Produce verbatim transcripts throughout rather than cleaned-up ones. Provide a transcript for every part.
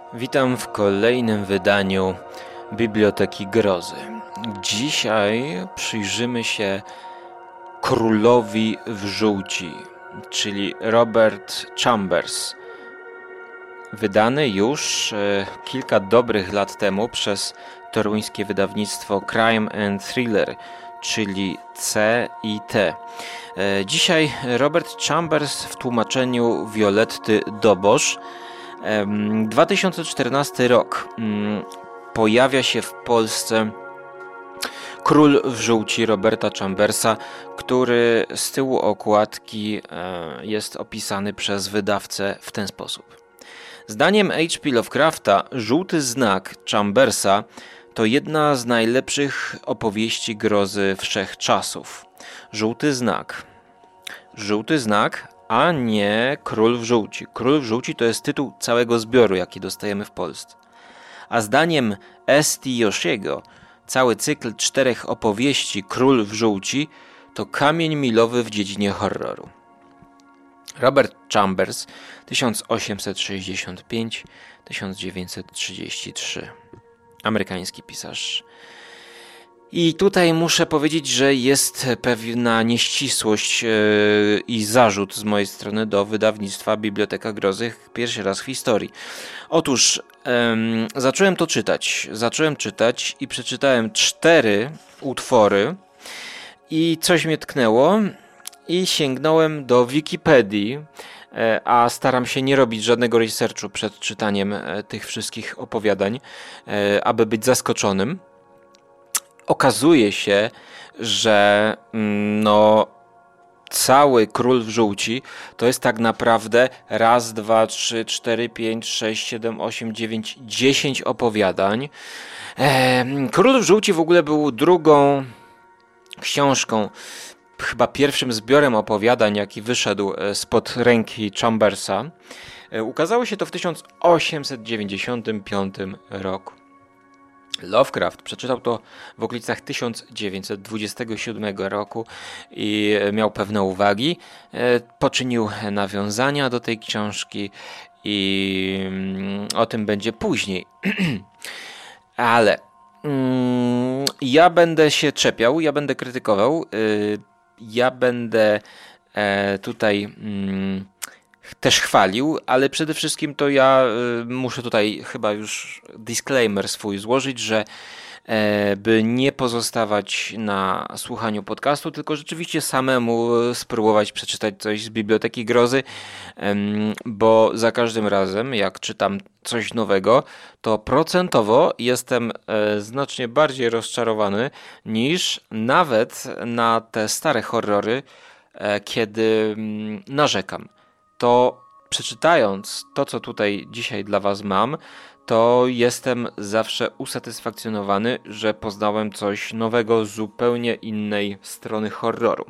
Witam w kolejnym wydaniu Biblioteki Grozy. Dzisiaj przyjrzymy się Królowi w żółci, czyli Robert Chambers. Wydany już e, kilka dobrych lat temu przez toruńskie wydawnictwo Crime and Thriller, czyli C I T. E, dzisiaj Robert Chambers w tłumaczeniu Violetty Dobosz. dwa tysiące czternasty rok. Pojawia się w Polsce Król w żółci Roberta Chambersa, który z tyłu okładki jest opisany przez wydawcę w ten sposób. Zdaniem H P Lovecrafta Żółty znak Chambersa to jedna z najlepszych opowieści grozy wszechczasów. Żółty znak. Żółty znak, a nie Król w żółci. Król w żółci to jest tytuł całego zbioru, jaki dostajemy w Polsce. A zdaniem S T Yoshiego cały cykl czterech opowieści Król w żółci to kamień milowy w dziedzinie horroru. Robert Chambers, tysiąc osiemset sześćdziesiąt pięć do tysiąc dziewięćset trzydzieści trzy. Amerykański pisarz. I tutaj muszę powiedzieć, że jest pewna nieścisłość yy, i zarzut z mojej strony do wydawnictwa Biblioteka Grozy pierwszy raz w historii. Otóż yy, zacząłem to czytać. Zacząłem czytać i przeczytałem cztery utwory i coś mnie tknęło i sięgnąłem do Wikipedii, yy, a staram się nie robić żadnego researchu przed czytaniem yy, tych wszystkich opowiadań, yy, aby być zaskoczonym. Okazuje się, że no, cały Król w żółci to jest tak naprawdę raz, dwa, trzy, cztery, pięć, sześć, siedem, osiem, dziewięć, dziesięć opowiadań. Eee, Król w żółci w ogóle był drugą książką, chyba pierwszym zbiorem opowiadań, jaki wyszedł spod ręki Chambersa. Eee, ukazało się to w tysiąc osiemset dziewięćdziesiątym piątym roku. Lovecraft przeczytał to w okolicach tysiąc dziewięćset dwudziestego siódmego roku i miał pewne uwagi. Poczynił nawiązania do tej książki i o tym będzie później. Ale mm, ja będę się czepiał, ja będę krytykował, ja będę tutaj mm, też chwalił, ale przede wszystkim to ja y, muszę tutaj chyba już disclaimer swój złożyć, że e, by nie pozostawać na słuchaniu podcastu, tylko rzeczywiście samemu spróbować przeczytać coś z Biblioteki Grozy, em, bo za każdym razem jak czytam coś nowego, to procentowo jestem e, znacznie bardziej rozczarowany niż nawet na te stare horrory, e, kiedy m, narzekam. To przeczytając to, co tutaj dzisiaj dla was mam, to jestem zawsze usatysfakcjonowany, że poznałem coś nowego z zupełnie innej strony horroru.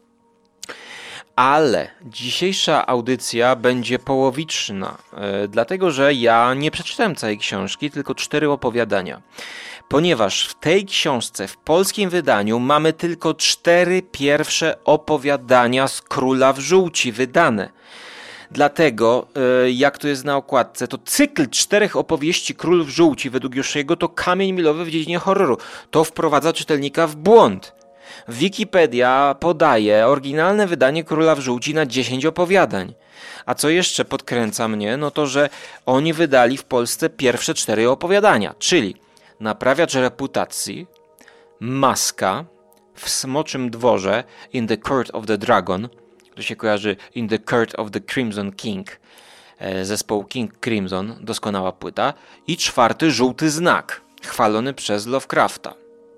Ale dzisiejsza audycja będzie połowiczna, yy, dlatego że ja nie przeczytałem całej książki, tylko cztery opowiadania. Ponieważ w tej książce, w polskim wydaniu, mamy tylko cztery pierwsze opowiadania z Króla w żółci wydane. Dlatego, jak to jest na okładce, to cykl czterech opowieści Król w żółci według Yoshiego to kamień milowy w dziedzinie horroru. To wprowadza czytelnika w błąd. Wikipedia podaje oryginalne wydanie Króla w żółci na dziesięć opowiadań. A co jeszcze podkręca mnie, no to, że oni wydali w Polsce pierwsze cztery opowiadania, czyli Naprawiacz reputacji, Maska, W smoczym dworze, In the Court of the Dragon, to się kojarzy In the Court of the Crimson King, zespołu King Crimson, doskonała płyta, i czwarty Żółty znak, chwalony przez Lovecrafta.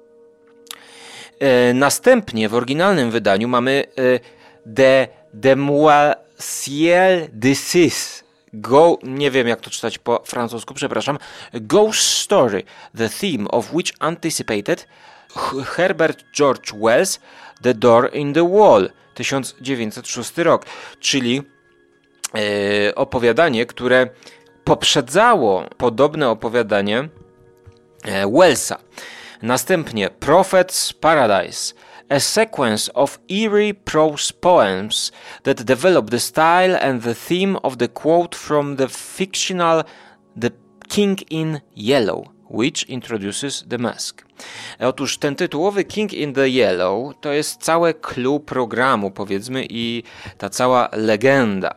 E, następnie w oryginalnym wydaniu mamy e, De Demoiselles de Cis, Go, nie wiem jak to czytać po francusku, przepraszam, Ghost Story, the theme of which anticipated Herbert George Wells, The Door in the Wall, tysiąc dziewięćset szósty rok, czyli e, opowiadanie, które poprzedzało podobne opowiadanie e, Wellsa. Następnie Prophet's Paradise, a sequence of eerie prose poems that develop the style and the theme of the quote from the fictional The King in Yellow, which introduces the mask. Otóż ten tytułowy King in the Yellow to jest całe clue programu, powiedzmy, i ta cała legenda.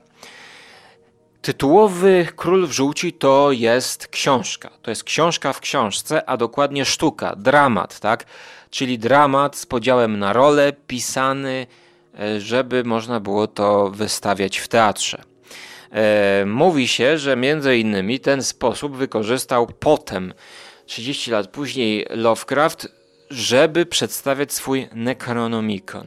Tytułowy Król w żółci to jest książka. To jest książka w książce, a dokładnie sztuka, dramat, tak? Czyli dramat z podziałem na role, pisany, żeby można było to wystawiać w teatrze. E, mówi się, że między innymi ten sposób wykorzystał potem, trzydzieści lat później, Lovecraft, żeby przedstawiać swój Necronomicon.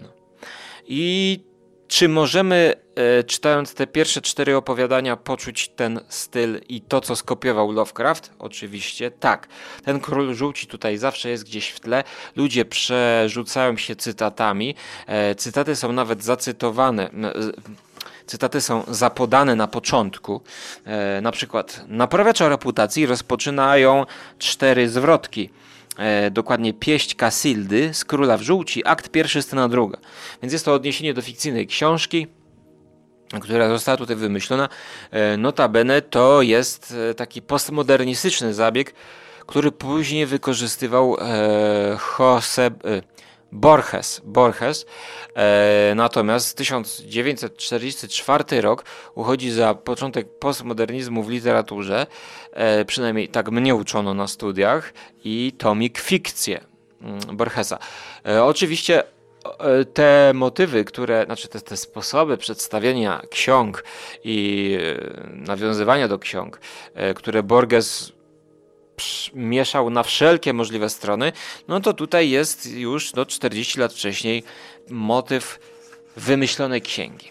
I czy możemy, e, czytając te pierwsze cztery opowiadania, poczuć ten styl i to, co skopiował Lovecraft? Oczywiście tak. Ten Król Żółci tutaj zawsze jest gdzieś w tle. Ludzie przerzucają się cytatami. E, cytaty są nawet zacytowane. E, Cytaty są zapodane na początku. E, na przykład naprawiacza reputacji rozpoczynają cztery zwrotki. E, dokładnie pieść Kasildy z Króla w żółci, akt pierwszy, scena druga. Więc jest to odniesienie do fikcyjnej książki, która została tutaj wymyślona. E, notabene to jest taki postmodernistyczny zabieg, który później wykorzystywał e, Jose... E, Borges, Borges. E, natomiast tysiąc dziewięćset czterdziesty czwarty rok uchodzi za początek postmodernizmu w literaturze, e, przynajmniej tak mnie uczono na studiach, i tomik fikcję Borgesa. E, oczywiście e, te motywy, które, znaczy te, te sposoby przedstawienia ksiąg i e, nawiązywania do ksiąg, e, które Borges mieszał na wszelkie możliwe strony, no to tutaj jest już no, czterdzieści lat wcześniej motyw wymyślonej księgi.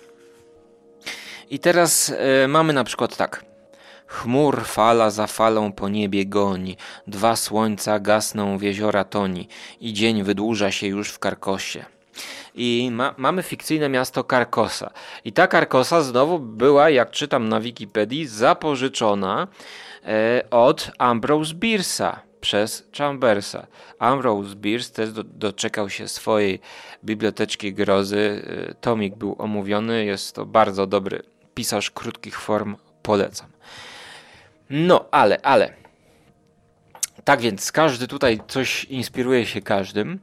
I teraz y, mamy na przykład tak. Chmur fala za falą po niebie goni, dwa słońca gasną w jeziora toni i dzień wydłuża się już w Karkosie. I ma, mamy fikcyjne miasto Karkosa. I ta Karkosa znowu była, jak czytam na Wikipedii, zapożyczona e, od Ambrose Bierce'a przez Chambersa. Ambrose Bierce też do, doczekał się swojej biblioteczki grozy. E, tomik był omówiony. Jest to bardzo dobry pisarz krótkich form. Polecam. No, ale, ale. Tak więc każdy tutaj coś inspiruje się każdym.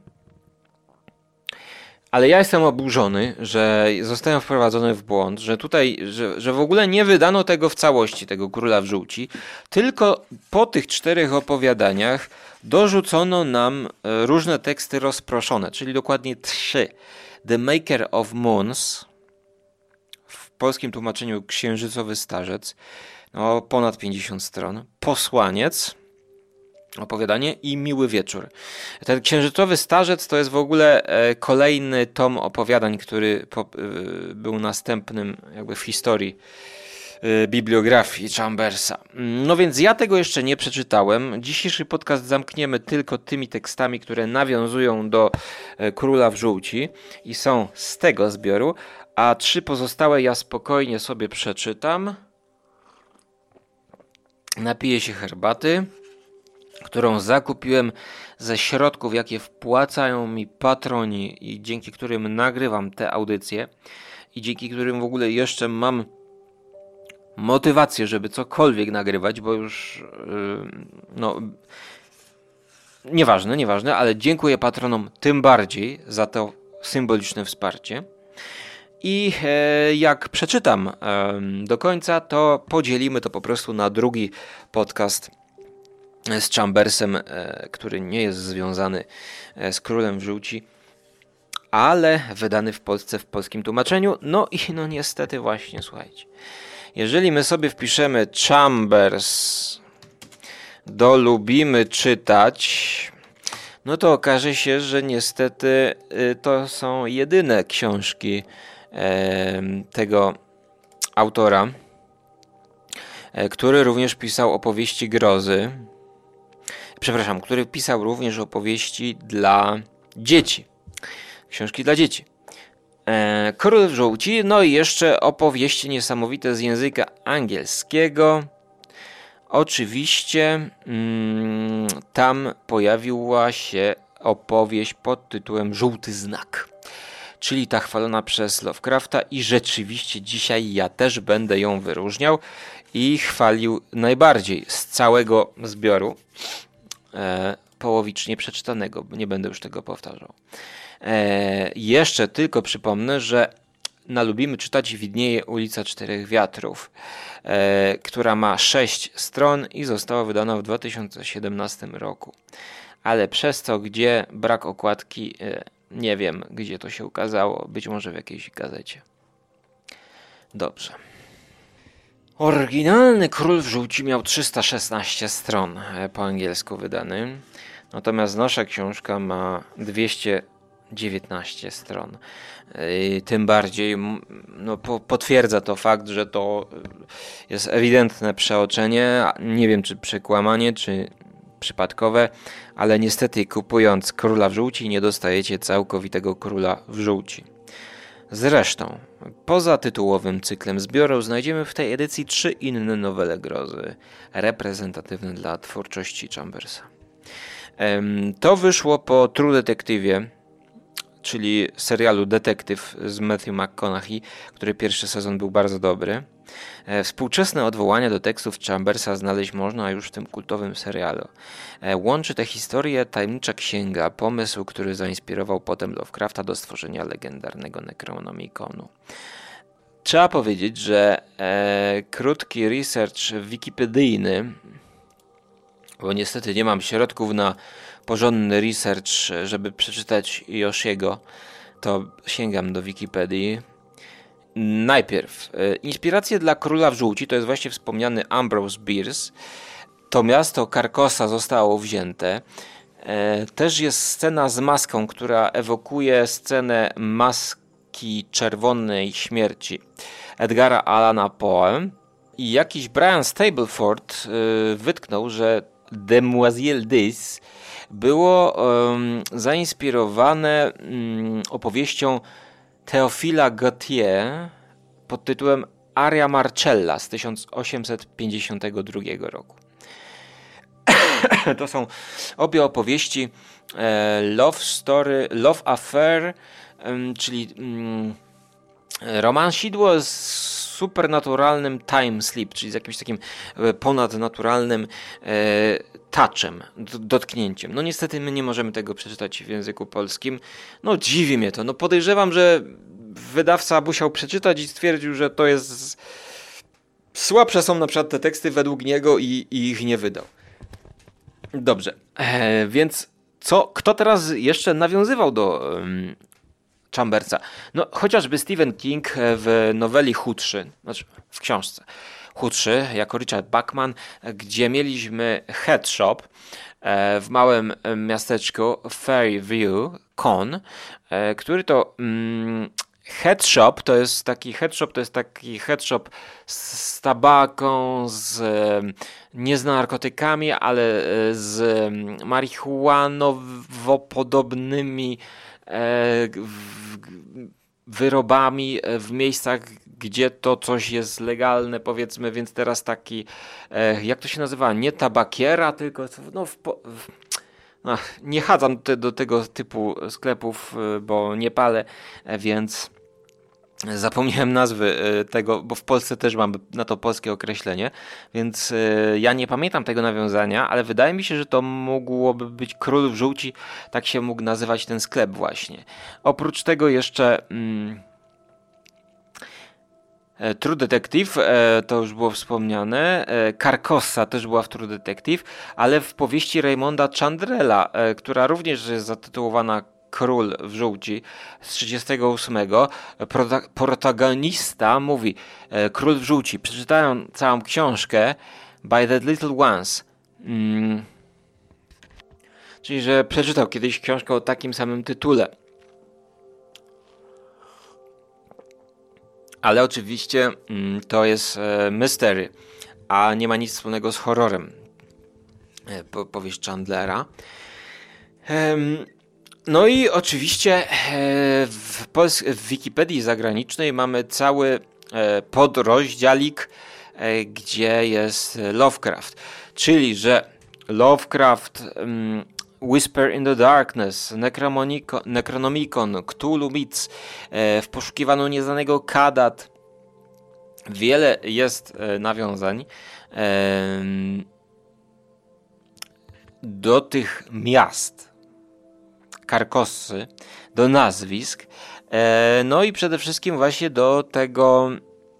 Ale ja jestem oburzony, że zostałem wprowadzony w błąd, że tutaj, że, że w ogóle nie wydano tego w całości, tego Króla w żółci, tylko po tych czterech opowiadaniach dorzucono nam różne teksty rozproszone, czyli dokładnie trzy. The Maker of Moons, w polskim tłumaczeniu Księżycowy Starzec, no ponad pięćdziesiąt stron, Posłaniec, opowiadanie i Miły Wieczór. Ten Księżycowy Starzec to jest w ogóle kolejny tom opowiadań, który był następnym jakby w historii bibliografii Chambersa. No więc ja tego jeszcze nie przeczytałem. Dzisiejszy podcast zamkniemy tylko tymi tekstami, które nawiązują do Króla w żółci i są z tego zbioru, a trzy pozostałe ja spokojnie sobie przeczytam. Napiję się herbaty, którą zakupiłem ze środków, jakie wpłacają mi patroni i dzięki którym nagrywam te audycje i dzięki którym w ogóle jeszcze mam motywację, żeby cokolwiek nagrywać, bo już yy, no nieważne, nieważne, ale dziękuję patronom tym bardziej za to symboliczne wsparcie. I e, jak przeczytam e, do końca, to podzielimy to po prostu na drugi podcast z Chambersem, e, który nie jest związany z Królem w żółci, ale wydany w Polsce w polskim tłumaczeniu. No i no niestety właśnie, słuchajcie, jeżeli my sobie wpiszemy Chambers do lubimy czytać, no to okaże się, że niestety y, to są jedyne książki e, tego autora, e, który również pisał opowieści grozy. Przepraszam, który pisał również opowieści dla dzieci. Książki dla dzieci. E, Król w żółci, no i jeszcze opowieści niesamowite z języka angielskiego. Oczywiście mm, tam pojawiła się opowieść pod tytułem Żółty Znak. czyli ta chwalona przez Lovecrafta i rzeczywiście dzisiaj ja też będę ją wyróżniał i chwalił najbardziej z całego zbioru, e, połowicznie przeczytanego, bo nie będę już tego powtarzał. E, jeszcze tylko przypomnę, że na Lubimy Czytać widnieje Ulica Czterech Wiatrów, e, która ma sześć stron i została wydana w dwa tysiące siedemnastym roku. Ale przez to, gdzie brak okładki, e, nie wiem, gdzie to się ukazało, być może w jakiejś gazecie. Dobrze. Oryginalny Król w Żółci miał trzysta szesnaście stron, e, po angielsku wydany, natomiast nasza książka ma dwieście dziewiętnaście stron. Yy, tym bardziej no, po, potwierdza to fakt, że to jest ewidentne przeoczenie, nie wiem czy przekłamanie, czy przypadkowe, ale niestety kupując Króla w Żółci nie dostajecie całkowitego Króla w Żółci. Zresztą, poza tytułowym cyklem zbioru znajdziemy w tej edycji trzy inne nowele grozy, reprezentatywne dla twórczości Chambersa. Yy, to wyszło po True Detective'ie, czyli serialu Detektyw z Matthew McConaughey, który pierwszy sezon był bardzo dobry. Współczesne odwołania do tekstów Chambersa znaleźć można już w tym kultowym serialu. Łączy tę historię tajemnicza księga, pomysł, który zainspirował potem Lovecrafta do stworzenia legendarnego Necronomiconu. Trzeba powiedzieć, że e, krótki research wikipedyjny, bo niestety nie mam środków na porządny research, żeby przeczytać Yoshiego, to sięgam do Wikipedii. Najpierw, e, inspiracje dla Króla w Żółci to jest właśnie wspomniany Ambrose Bierce. To miasto Carcosa zostało wzięte. E, też jest scena z maską, która ewokuje scenę maski czerwonej śmierci Edgara Allana Poe. I jakiś Brian Stableford e, wytknął, że Demoiselle Dys było um, zainspirowane um, opowieścią Teofila Gautier pod tytułem Aria Marcella z tysiąc osiemset pięćdziesiątego drugiego roku. To są obie opowieści e, Love Story, Love Affair, um, czyli um, romansidło z supernaturalnym time sleep, czyli z jakimś takim ponadnaturalnym e, touchem, dotknięciem. No niestety my nie możemy tego przeczytać w języku polskim. No dziwi mnie to. No podejrzewam, że wydawca musiał przeczytać i stwierdził, że to jest słabsze są na przykład te teksty według niego i, i ich nie wydał. Dobrze, e, więc co, kto teraz jeszcze nawiązywał do um, Chambersa? No chociażby Stephen King w noweli Chudszy, znaczy w książce Chudszy, jako Richard Bachman, gdzie mieliśmy head shop w małym miasteczku Fairview, Con, który to mm, head shop to jest taki head shop, to jest taki head shop z tabaką, z nie z narkotykami, ale z marihuanowo-podobnymi wyrobami w miejscach, gdzie to coś jest legalne, powiedzmy, więc teraz taki, jak to się nazywa, nie tabakiera, tylko no, w, w, no nie chadzam te, do tego typu sklepów, bo nie palę, więc zapomniałem nazwy tego, bo w Polsce też mam na to polskie określenie, więc ja nie pamiętam tego nawiązania, ale wydaje mi się, że to mogłoby być Król w Żółci, tak się mógł nazywać ten sklep właśnie. Oprócz tego jeszcze mm, True Detective, to już było wspomniane, Carcosa też była w True Detective, ale w powieści Raymonda Chandrella, która również jest zatytułowana Król w Żółci z trzydziestego ósmego, prota- protagonista mówi: Król w Żółci, przeczytałem całą książkę by the little ones. Mm. Czyli, że przeczytał kiedyś książkę o takim samym tytule. Ale oczywiście mm, to jest e, mystery, a nie ma nic wspólnego z horrorem. E, po, powieść Chandlera. Ehm, No i oczywiście w, Pols- w Wikipedii zagranicznej mamy cały podrozdziałik, gdzie jest Lovecraft. Czyli, że Lovecraft Whisper in the Darkness, Necromonicon, Necronomicon, Cthulhu Myths, e, w poszukiwaniu nieznanego Kadat. Wiele jest e, nawiązań e, do tych miast, Karkossy, do nazwisk, e, no i przede wszystkim właśnie do tego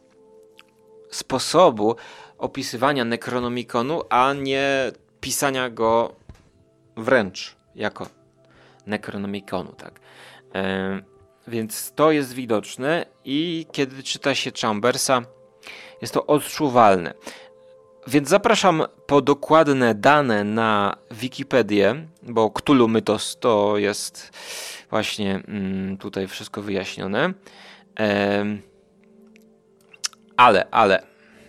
sposobu opisywania Necronomiconu, a nie pisania go wręcz jako Necronomiconu, tak. E, więc to jest widoczne i kiedy czyta się Chambersa, jest to odczuwalne. Więc zapraszam po dokładne dane na Wikipedię, bo Cthulhu Mythos to jest właśnie mm, tutaj wszystko wyjaśnione. E, ale, ale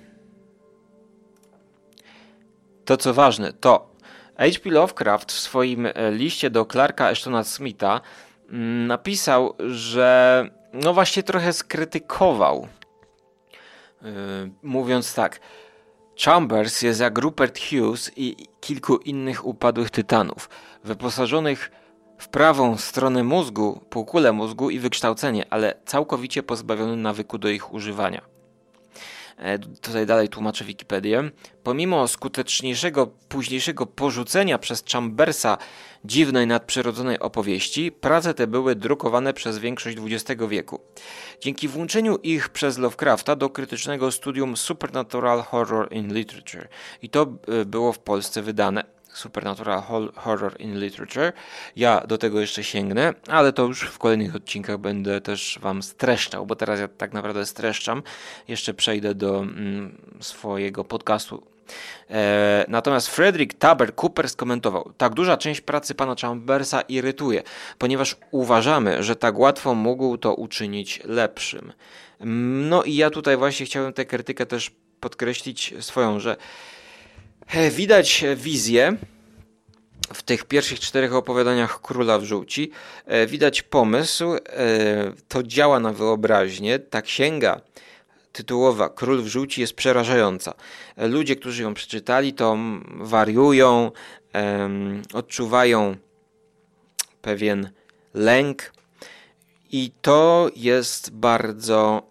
to co ważne, to H P Lovecraft w swoim liście do Clarka Ashtona Smitha mm, napisał, że no właśnie trochę skrytykował, yy, mówiąc tak: Chambers jest jak Rupert Hughes i kilku innych upadłych tytanów, wyposażonych w prawą stronę mózgu, półkulę mózgu i wykształcenie, ale całkowicie pozbawiony nawyku do ich używania. E, tutaj dalej tłumaczę Wikipedię. Pomimo skuteczniejszego późniejszego porzucenia przez Chambersa dziwnej nadprzyrodzonej opowieści, prace te były drukowane przez większość dwudziestego wieku. Dzięki włączeniu ich przez Lovecrafta do krytycznego studium Supernatural Horror in Literature. I to było w Polsce wydane. Supernatural Horror in Literature. Ja do tego jeszcze sięgnę, ale to już w kolejnych odcinkach będę też wam streszczał, bo teraz ja tak naprawdę streszczam. Jeszcze przejdę do mm, swojego podcastu. E, natomiast Frederick Taber Cooper skomentował: tak duża część pracy pana Chambersa irytuje, ponieważ uważamy, że tak łatwo mógł to uczynić lepszym. No i ja tutaj właśnie chciałem tę krytykę też podkreślić swoją, że widać wizję w tych pierwszych czterech opowiadaniach Króla w Żółci. Widać pomysł, to działa na wyobraźnię. Ta księga tytułowa Król w Żółci jest przerażająca. Ludzie, którzy ją przeczytali, to wariują, odczuwają pewien lęk i to jest bardzo,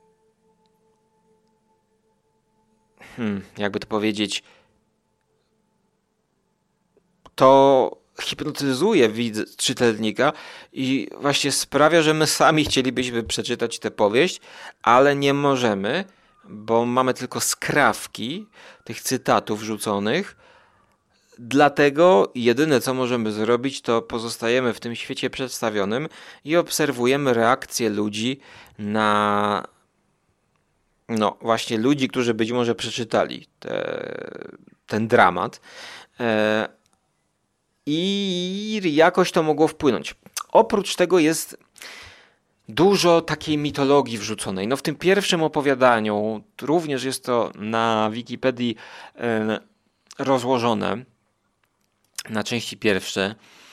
hmm, jakby to powiedzieć, to hipnotyzuje widz, czytelnika i właśnie sprawia, że my sami chcielibyśmy przeczytać tę powieść, ale nie możemy, bo mamy tylko skrawki tych cytatów rzuconych. Dlatego jedyne, co możemy zrobić, to pozostajemy w tym świecie przedstawionym i obserwujemy reakcję ludzi na, no właśnie ludzi, którzy być może przeczytali te, ten dramat. E, I jakoś to mogło wpłynąć. Oprócz tego jest dużo takiej mitologii wrzuconej. No w tym pierwszym opowiadaniu, również jest to na Wikipedii e, rozłożone na części pierwsze.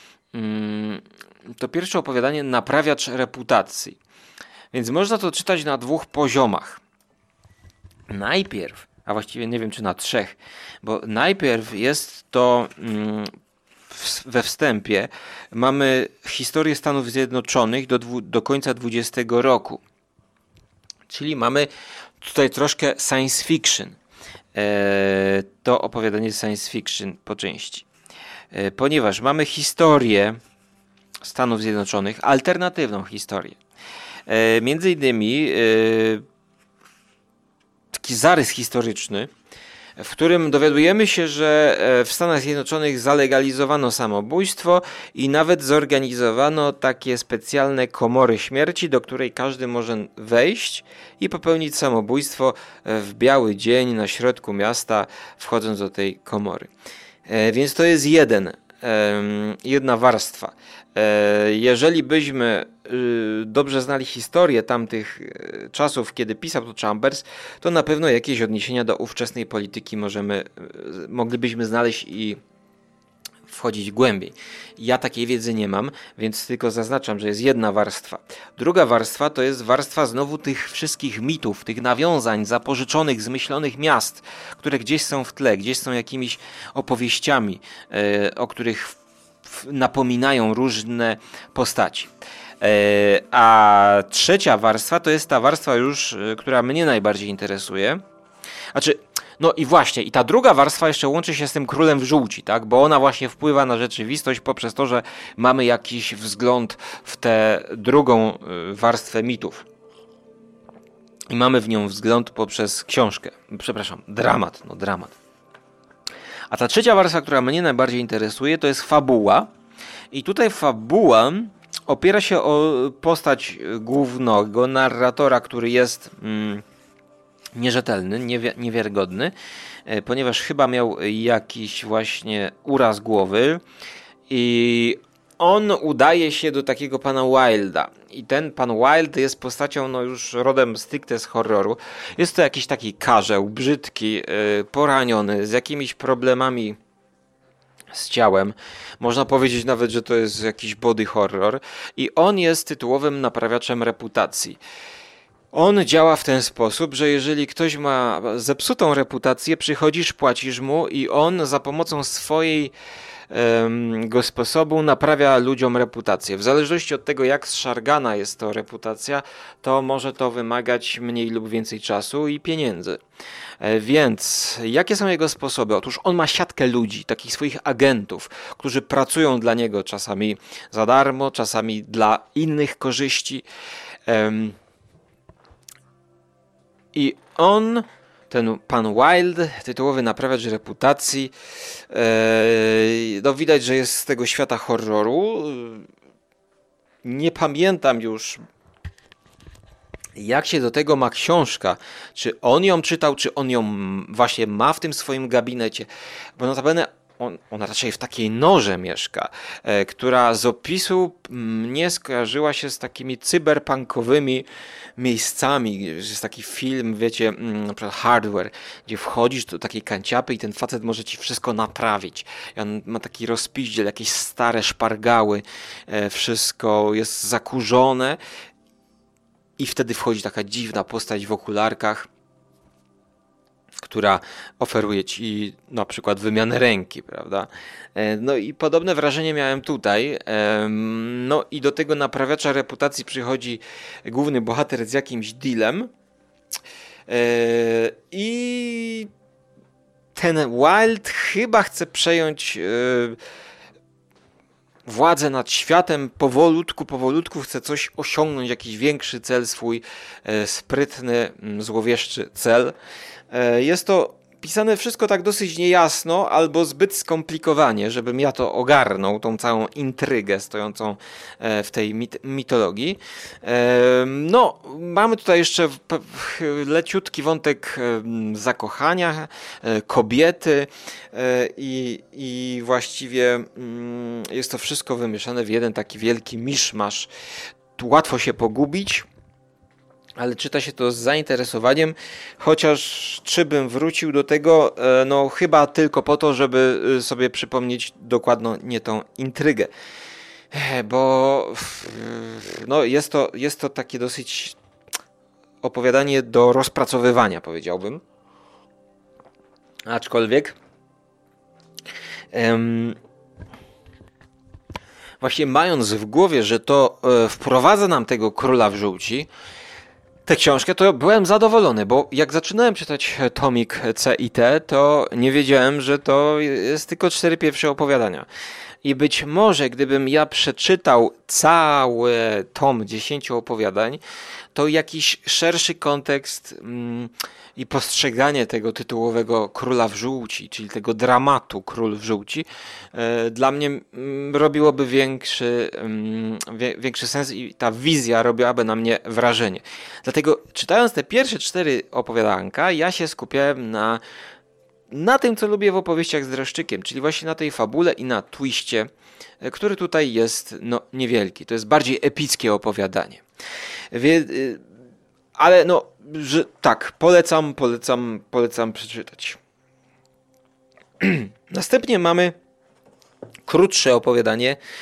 To pierwsze opowiadanie Naprawiacz reputacji. Więc można to czytać na dwóch poziomach. Najpierw, a właściwie nie wiem czy na trzech, bo najpierw jest to we wstępie mamy historię Stanów Zjednoczonych do, dwu, do końca dwudziestego roku. Czyli mamy tutaj troszkę science fiction. E, to opowiadanie science fiction po części. E, ponieważ mamy historię Stanów Zjednoczonych, alternatywną historię. E, między innymi e, taki zarys historyczny, w którym dowiadujemy się, że w Stanach Zjednoczonych zalegalizowano samobójstwo i nawet zorganizowano takie specjalne komory śmierci, do której każdy może wejść i popełnić samobójstwo w biały dzień na środku miasta, wchodząc do tej komory. Więc to jest jeden, jedna warstwa. Jeżeli byśmy dobrze znali historię tamtych czasów, kiedy pisał to Chambers, to na pewno jakieś odniesienia do ówczesnej polityki możemy, moglibyśmy znaleźć i wchodzić głębiej. Ja takiej wiedzy nie mam, więc tylko zaznaczam, że jest jedna warstwa. Druga warstwa to jest warstwa znowu tych wszystkich mitów, tych nawiązań zapożyczonych, zmyślonych miast, które gdzieś są w tle, gdzieś są jakimiś opowieściami, o których napominają różne postaci. A trzecia warstwa to jest ta warstwa już, która mnie najbardziej interesuje. Znaczy, no i właśnie, i ta druga warstwa jeszcze łączy się z tym królem w żółci, tak? Bo ona właśnie wpływa na rzeczywistość poprzez to, że mamy jakiś wzgląd w tę drugą warstwę mitów. I mamy w nią wzgląd poprzez książkę. Przepraszam, dramat, no dramat. A ta trzecia warstwa, która mnie najbardziej interesuje, to jest fabuła. I tutaj fabuła opiera się o postać głównego narratora, który jest mm, nierzetelny, niewi- niewiarygodny, ponieważ chyba miał jakiś właśnie uraz głowy i on udaje się do takiego pana Wilda. I ten pan Wild jest postacią no już rodem stricte z horroru. Jest to jakiś taki karzeł, brzydki, yy, poraniony, z jakimiś problemami z ciałem. Można powiedzieć nawet, że to jest jakiś body horror. I on jest tytułowym naprawiaczem reputacji. On działa w ten sposób, że jeżeli ktoś ma zepsutą reputację, przychodzisz, płacisz mu i on za pomocą swojej go sposobu naprawia ludziom reputację. W zależności od tego, jak zszargana jest to reputacja, to może to wymagać mniej lub więcej czasu i pieniędzy. Więc jakie są jego sposoby? Otóż on ma siatkę ludzi, takich swoich agentów, którzy pracują dla niego czasami za darmo, czasami dla innych korzyści. I on, ten pan Wild, tytułowy naprawiacz reputacji, ee, no widać, że jest z tego świata horroru. Nie pamiętam już, jak się do tego ma książka. Czy on ją czytał, czy on ją właśnie ma w tym swoim gabinecie. Bo notabene on, on raczej w takiej norze mieszka, e, która z opisu mnie skojarzyła się z takimi cyberpunkowymi miejscami. Jest taki film, wiecie, na przykład Hardware, gdzie wchodzisz do takiej kanciapy i ten facet może ci wszystko naprawić. I on ma taki rozpiździel, jakieś stare szpargały, e, wszystko jest zakurzone i wtedy wchodzi taka dziwna postać w okularkach, która oferuje ci na przykład wymianę ręki, prawda? No i podobne wrażenie miałem tutaj. No i do tego naprawiacza reputacji przychodzi główny bohater z jakimś dealem i ten Wild chyba chce przejąć władzę nad światem, powolutku, powolutku chce coś osiągnąć, jakiś większy cel, swój sprytny, złowieszczy cel. Jest to pisane wszystko tak dosyć niejasno albo zbyt skomplikowanie, żebym ja to ogarnął, tą całą intrygę stojącą w tej mit- mitologii. No, mamy tutaj jeszcze leciutki wątek zakochania, kobiety i, i właściwie jest to wszystko wymieszane w jeden taki wielki miszmasz. Tu łatwo się pogubić, ale czyta się to z zainteresowaniem, chociaż czy bym wrócił do tego, no chyba tylko po to, żeby sobie przypomnieć dokładnie tą intrygę. Bo no jest to, jest to takie dosyć opowiadanie do rozpracowywania, powiedziałbym. Aczkolwiek em, właśnie mając w głowie, że to e, wprowadza nam tego króla w żółci, tę książkę, to byłem zadowolony, bo jak zaczynałem czytać tomik C i T, to nie wiedziałem, że to jest tylko cztery pierwsze opowiadania. I być może gdybym ja przeczytał cały tom dziesięciu opowiadań, to jakiś szerszy kontekst mm, i postrzeganie tego tytułowego Króla w żółci, czyli tego dramatu Król w żółci, e, dla mnie mm, robiłoby większy, mm, wie, większy sens i ta wizja robiłaby na mnie wrażenie. Dlatego czytając te pierwsze cztery opowiadanka, ja się skupiałem na na tym, co lubię w opowieściach z dreszczykiem, czyli właśnie na tej fabule i na twiście, który tutaj jest no, niewielki. To jest bardziej epickie opowiadanie. Wie, ale no, że, tak, polecam, polecam, polecam przeczytać. Następnie mamy krótsze opowiadanie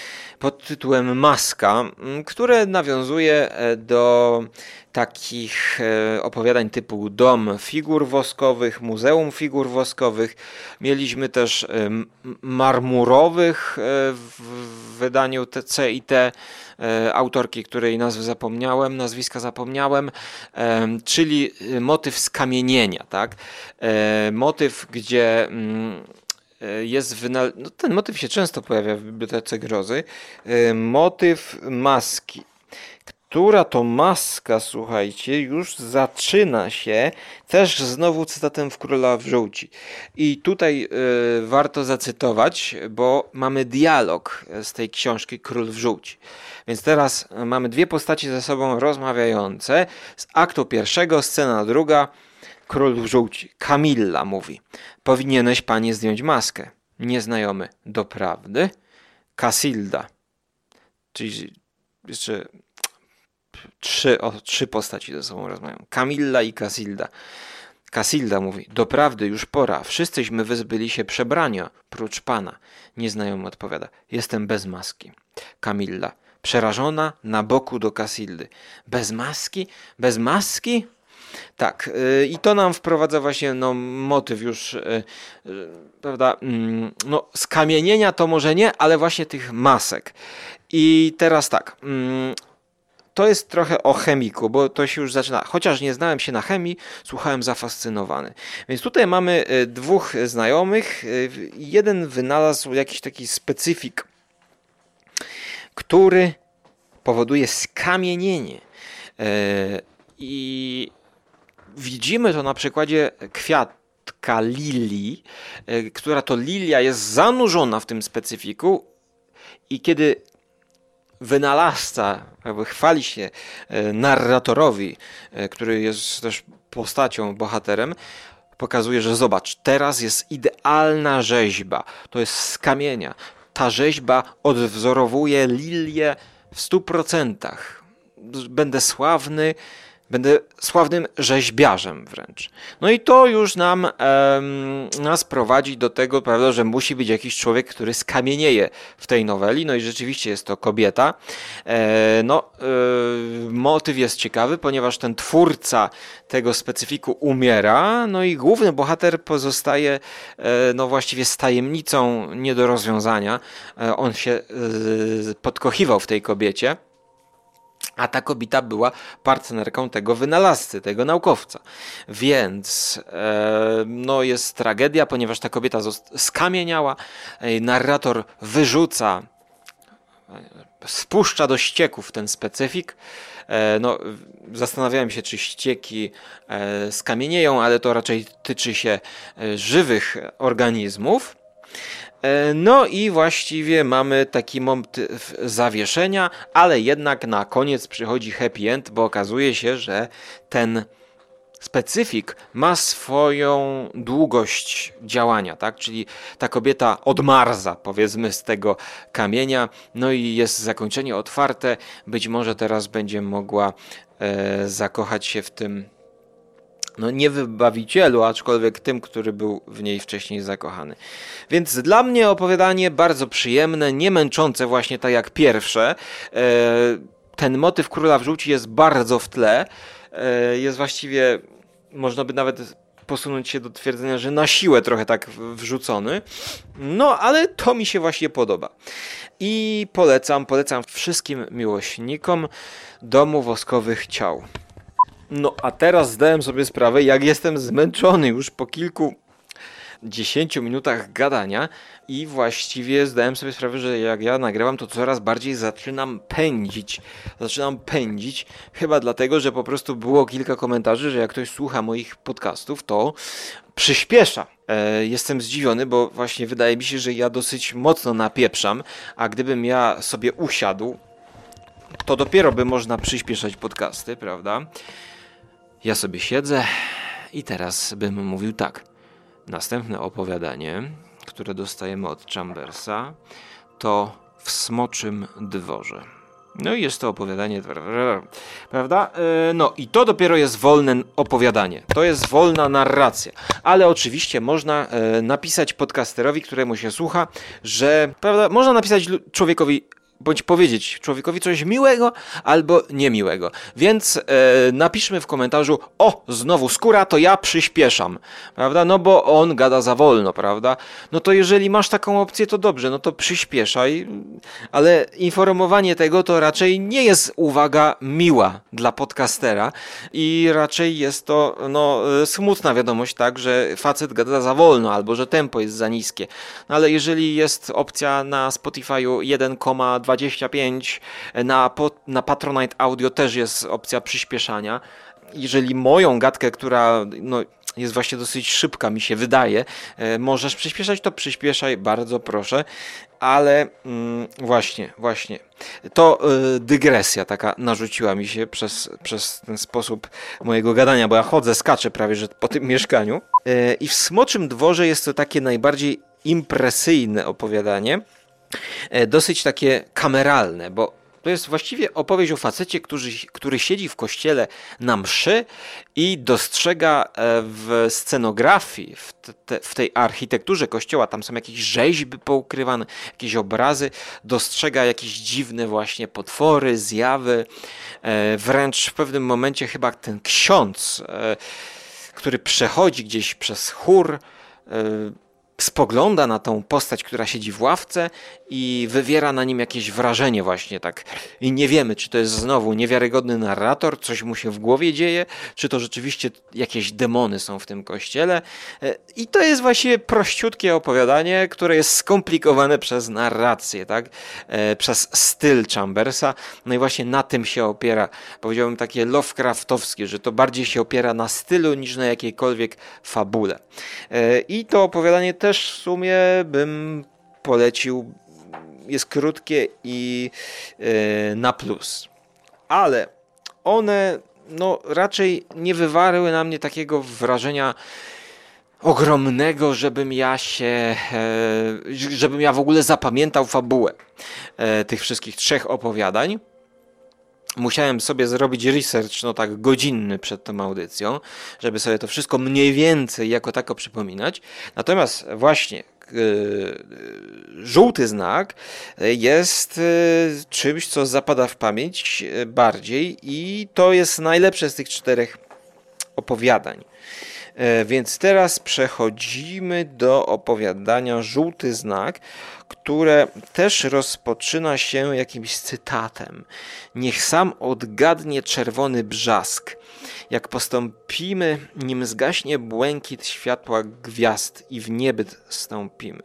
pod tytułem Maska, które nawiązuje do takich opowiadań typu Dom Figur Woskowych, Muzeum Figur Woskowych. Mieliśmy też Marmurowych w wydaniu T C i T, autorki, której nazwy zapomniałem, nazwiska zapomniałem, czyli motyw skamienienia, tak? Motyw, gdzie jest wynal... no, ten motyw się często pojawia w Bibliotece Grozy. Motyw maski. Która to maska, słuchajcie, już zaczyna się też znowu cytatem w Króla w żółci. I tutaj y, warto zacytować, bo mamy dialog z tej książki Król w żółci. Więc teraz mamy dwie postaci ze sobą rozmawiające. Z aktu pierwszego, scena druga. Król w żółci. Kamilla mówi: powinieneś, panie, zdjąć maskę. Nieznajomy: doprawdy? Casilda. Czyli jeszcze trzy, o, trzy postaci ze sobą rozmawiają. Kamilla i Casilda. Casilda mówi: doprawdy, już pora. Wszyscyśmy wyzbyli się przebrania, prócz pana. Nieznajomy odpowiada: jestem bez maski. Kamilla, przerażona, na boku do Casildy: bez maski? Bez maski? Tak, yy, i to nam wprowadza właśnie no, motyw już, yy, yy, prawda, yy, no skamienienia to może nie, ale właśnie tych masek. I teraz tak, yy, to jest trochę o chemiku, bo to się już zaczyna, chociaż nie znałem się na chemii, słuchałem zafascynowany. Więc tutaj mamy yy, dwóch znajomych, yy, jeden wynalazł jakiś taki specyfik, który powoduje skamienienie. Yy, I widzimy to na przykładzie kwiatka lilii, która to lilia jest zanurzona w tym specyfiku i kiedy wynalazca jakby chwali się narratorowi, który jest też postacią, bohaterem, pokazuje, że zobacz, teraz jest idealna rzeźba, to jest z kamienia. Ta rzeźba odwzorowuje lilię w stu procentach. Będę sławny, Będę sławnym rzeźbiarzem wręcz. No i to już nam em, nas prowadzi do tego, prawda, że musi być jakiś człowiek, który skamienieje w tej noweli. No i rzeczywiście jest to kobieta. E, no, e, motyw jest ciekawy, ponieważ ten twórca tego specyfiku umiera, no i główny bohater pozostaje e, no właściwie z tajemnicą nie do rozwiązania. E, on się e, podkochiwał w tej kobiecie. A ta kobieta była partnerką tego wynalazcy, tego naukowca. Więc e, no jest tragedia, ponieważ ta kobieta skamieniała. E, narrator wyrzuca, e, spuszcza do ścieków ten specyfik. E, no, zastanawiałem się, czy ścieki e, skamienieją, ale to raczej tyczy się e, żywych organizmów. No i właściwie mamy taki motyw zawieszenia, ale jednak na koniec przychodzi happy end, bo okazuje się, że ten specyfik ma swoją długość działania, tak? Czyli ta kobieta odmarza, powiedzmy, z tego kamienia, no i jest zakończenie otwarte. Być może teraz będzie mogła e, zakochać się w tym, no nie wybawicielu, aczkolwiek tym, który był w niej wcześniej zakochany. Więc dla mnie opowiadanie bardzo przyjemne, nie męczące właśnie tak jak pierwsze. Ten motyw Króla w żółci jest bardzo w tle. Jest właściwie, można by nawet posunąć się do twierdzenia, że na siłę trochę tak wrzucony. No, ale to mi się właśnie podoba. I polecam, polecam wszystkim miłośnikom Domu Woskowych Ciał. No a teraz zdałem sobie sprawę, jak jestem zmęczony już po kilku dziesięciu minutach gadania i właściwie zdałem sobie sprawę, że jak ja nagrywam, to coraz bardziej zaczynam pędzić. Zaczynam pędzić, chyba dlatego, że po prostu było kilka komentarzy, że jak ktoś słucha moich podcastów, to przyspiesza. E, jestem zdziwiony, bo właśnie wydaje mi się, że ja dosyć mocno napieprzam, a gdybym ja sobie usiadł, to dopiero by można przyspieszać podcasty, prawda? Ja sobie siedzę i teraz bym mówił tak. Następne opowiadanie, które dostajemy od Chambersa, to W smoczym dworze. No i jest to opowiadanie, prawda? No i to dopiero jest wolne opowiadanie. To jest wolna narracja. Ale oczywiście można napisać podcasterowi, któremu się słucha, że, prawda, można napisać człowiekowi bądź powiedzieć człowiekowi coś miłego albo niemiłego. Więc e, napiszmy w komentarzu: o, znowu skóra, to ja przyspieszam, prawda? No bo on gada za wolno, prawda? No to jeżeli masz taką opcję, to dobrze, no to przyspieszaj, ale informowanie tego to raczej nie jest uwaga miła dla podcastera i raczej jest to no, smutna wiadomość, tak, że facet gada za wolno albo że tempo jest za niskie. No ale jeżeli jest opcja na Spotify'u jeden przecinek dwadzieścia pięć, na, na Patronite Audio też jest opcja przyspieszania. Jeżeli moją gadkę, która no, jest właśnie dosyć szybka, mi się wydaje, możesz przyspieszać, to przyspieszaj, bardzo proszę. Ale mm, właśnie, właśnie, to y, dygresja taka narzuciła mi się przez, przez ten sposób mojego gadania, bo ja chodzę, skaczę prawie że po tym mieszkaniu. Y, I w Smoczym Dworze jest to takie najbardziej impresyjne opowiadanie, y, dosyć takie kameralne, bo to jest właściwie opowieść o facecie, który, który siedzi w kościele na mszy i dostrzega w scenografii, w, te, w tej architekturze kościoła, tam są jakieś rzeźby poukrywane, jakieś obrazy, dostrzega jakieś dziwne właśnie potwory, zjawy. Wręcz w pewnym momencie chyba ten ksiądz, który przechodzi gdzieś przez chór, spogląda na tą postać, która siedzi w ławce i wywiera na nim jakieś wrażenie właśnie tak. I nie wiemy, czy to jest znowu niewiarygodny narrator, coś mu się w głowie dzieje, czy to rzeczywiście jakieś demony są w tym kościele. I to jest właśnie prościutkie opowiadanie, które jest skomplikowane przez narrację, tak? Przez styl Chambersa. No i właśnie na tym się opiera, powiedziałbym takie Lovecraftowskie, że to bardziej się opiera na stylu niż na jakiejkolwiek fabule. I to opowiadanie też w sumie bym polecił, jest krótkie i yy, na plus. Ale one no, raczej nie wywarły na mnie takiego wrażenia ogromnego, żebym ja się, yy, żebym ja w ogóle zapamiętał fabułę yy, tych wszystkich trzech opowiadań. Musiałem sobie zrobić research, no tak, godzinny przed tą audycją, żeby sobie to wszystko mniej więcej jako tako przypominać. Natomiast właśnie yy, żółty znak jest yy, czymś, co zapada w pamięć yy, bardziej i to jest najlepsze z tych czterech opowiadań. Yy, więc teraz przechodzimy do opowiadania Żółty znak, które też rozpoczyna się jakimś cytatem. Niech sam odgadnie czerwony brzask. Jak postąpimy, nim zgaśnie błękit światła gwiazd i w niebyt stąpimy.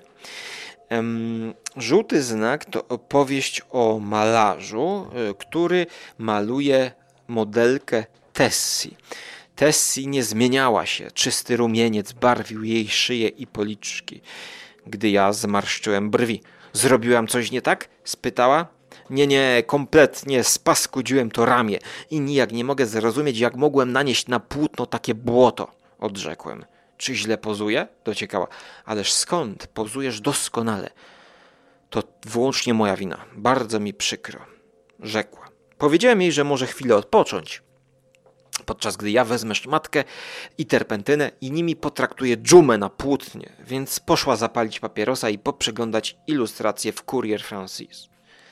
Um, Żółty znak to opowieść o malarzu, który maluje modelkę Tessie. Tessie nie zmieniała się. Czysty rumieniec barwił jej szyję i policzki. Gdy ja zmarszczyłem brwi. Zrobiłam coś nie tak? Spytała. Nie, nie, kompletnie spaskudziłem to ramię i nijak nie mogę zrozumieć, jak mogłem nanieść na płótno takie błoto, odrzekłem. Czy źle pozuję? Dociekała. Ależ skąd? Pozujesz doskonale. To wyłącznie moja wina. Bardzo mi przykro, rzekła. Powiedziałem jej, że może chwilę odpocząć, podczas gdy ja wezmę szmatkę i terpentynę i nimi potraktuję dżumę na płótnie, więc poszła zapalić papierosa i poprzeglądać ilustracje w Courier Francis.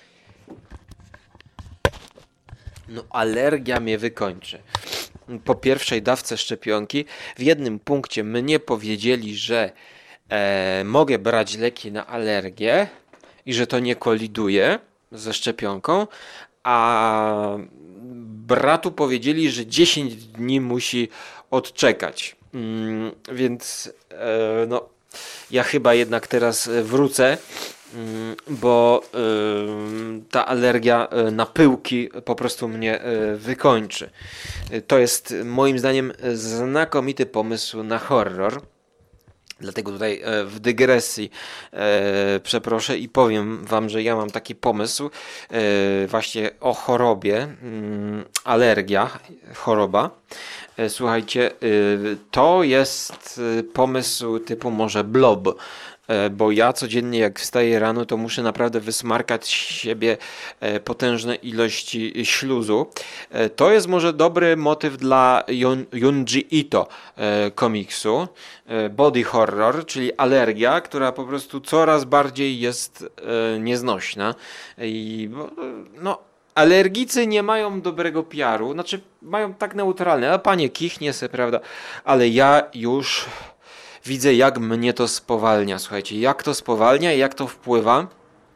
No alergia mnie wykończy. Po pierwszej dawce szczepionki w jednym punkcie mnie powiedzieli, że e, mogę brać leki na alergię i że to nie koliduje ze szczepionką, a bratu powiedzieli, że dziesięć dni musi odczekać. Mm, więc e, no, ja chyba jednak teraz wrócę, mm, bo e, ta alergia na pyłki po prostu mnie e, wykończy. To jest moim zdaniem znakomity pomysł na horror. Dlatego tutaj w dygresji e, przeproszę i powiem wam, że ja mam taki pomysł e, właśnie o chorobie, mm, alergia, choroba. E, słuchajcie, e, to jest pomysł typu może Blob, bo ja codziennie jak wstaję rano, to muszę naprawdę wysmarkać z siebie potężne ilości śluzu. To jest może dobry motyw dla Junji Ito komiksu Body Horror, czyli alergia, która po prostu coraz bardziej jest nieznośna. I no, alergicy nie mają dobrego P R u, znaczy mają tak neutralne, a panie kichnie se, prawda, ale ja już widzę, jak mnie to spowalnia, słuchajcie, jak to spowalnia i jak to wpływa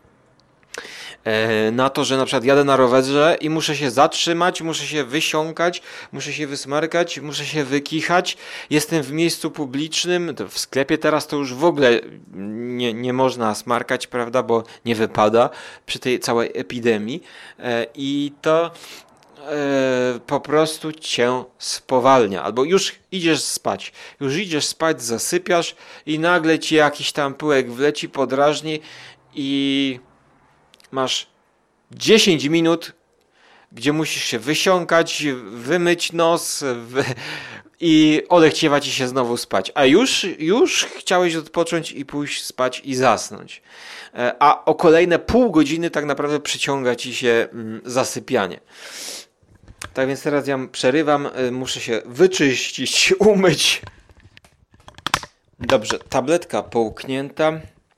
na to, że na przykład jadę na rowerze i muszę się zatrzymać, muszę się wysiąkać, muszę się wysmarkać, muszę się wykichać, jestem w miejscu publicznym, w sklepie teraz to już w ogóle nie, nie można smarkać, prawda, bo nie wypada przy tej całej epidemii i to po prostu cię spowalnia, albo już idziesz spać, już idziesz spać, zasypiasz i nagle ci jakiś tam pyłek wleci, podrażni i masz dziesięć minut, gdzie musisz się wysiąkać, wymyć nos wy... i odechciewa ci się znowu spać. A już, już chciałeś odpocząć i pójść spać i zasnąć. A o kolejne pół godziny tak naprawdę przyciąga ci się zasypianie. Tak więc teraz ja przerywam, muszę się wyczyścić, umyć. Dobrze, tabletka połknięta.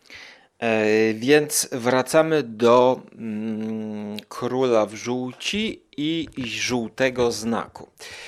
Więc wracamy do mm, Króla w żółci i żółtego znaku.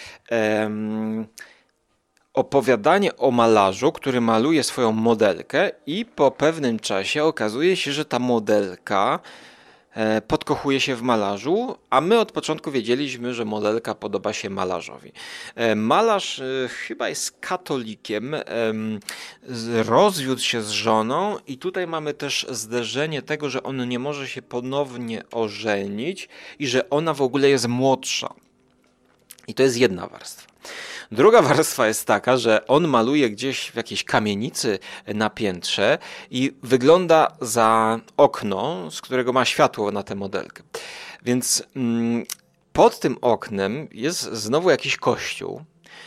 Um, opowiadanie o malarzu, który maluje swoją modelkę i po pewnym czasie okazuje się, że ta modelka e, podkochuje się w malarzu, a my od początku wiedzieliśmy, że modelka podoba się malarzowi. E, malarz e, chyba jest katolikiem, e, rozwiódł się z żoną i tutaj mamy też zderzenie tego, że on nie może się ponownie ożenić i że ona w ogóle jest młodsza. I to jest jedna warstwa. Druga warstwa jest taka, że on maluje gdzieś w jakiejś kamienicy na piętrze i wygląda za okno, z którego ma światło na tę modelkę. Więc mm, pod tym oknem jest znowu jakiś kościół.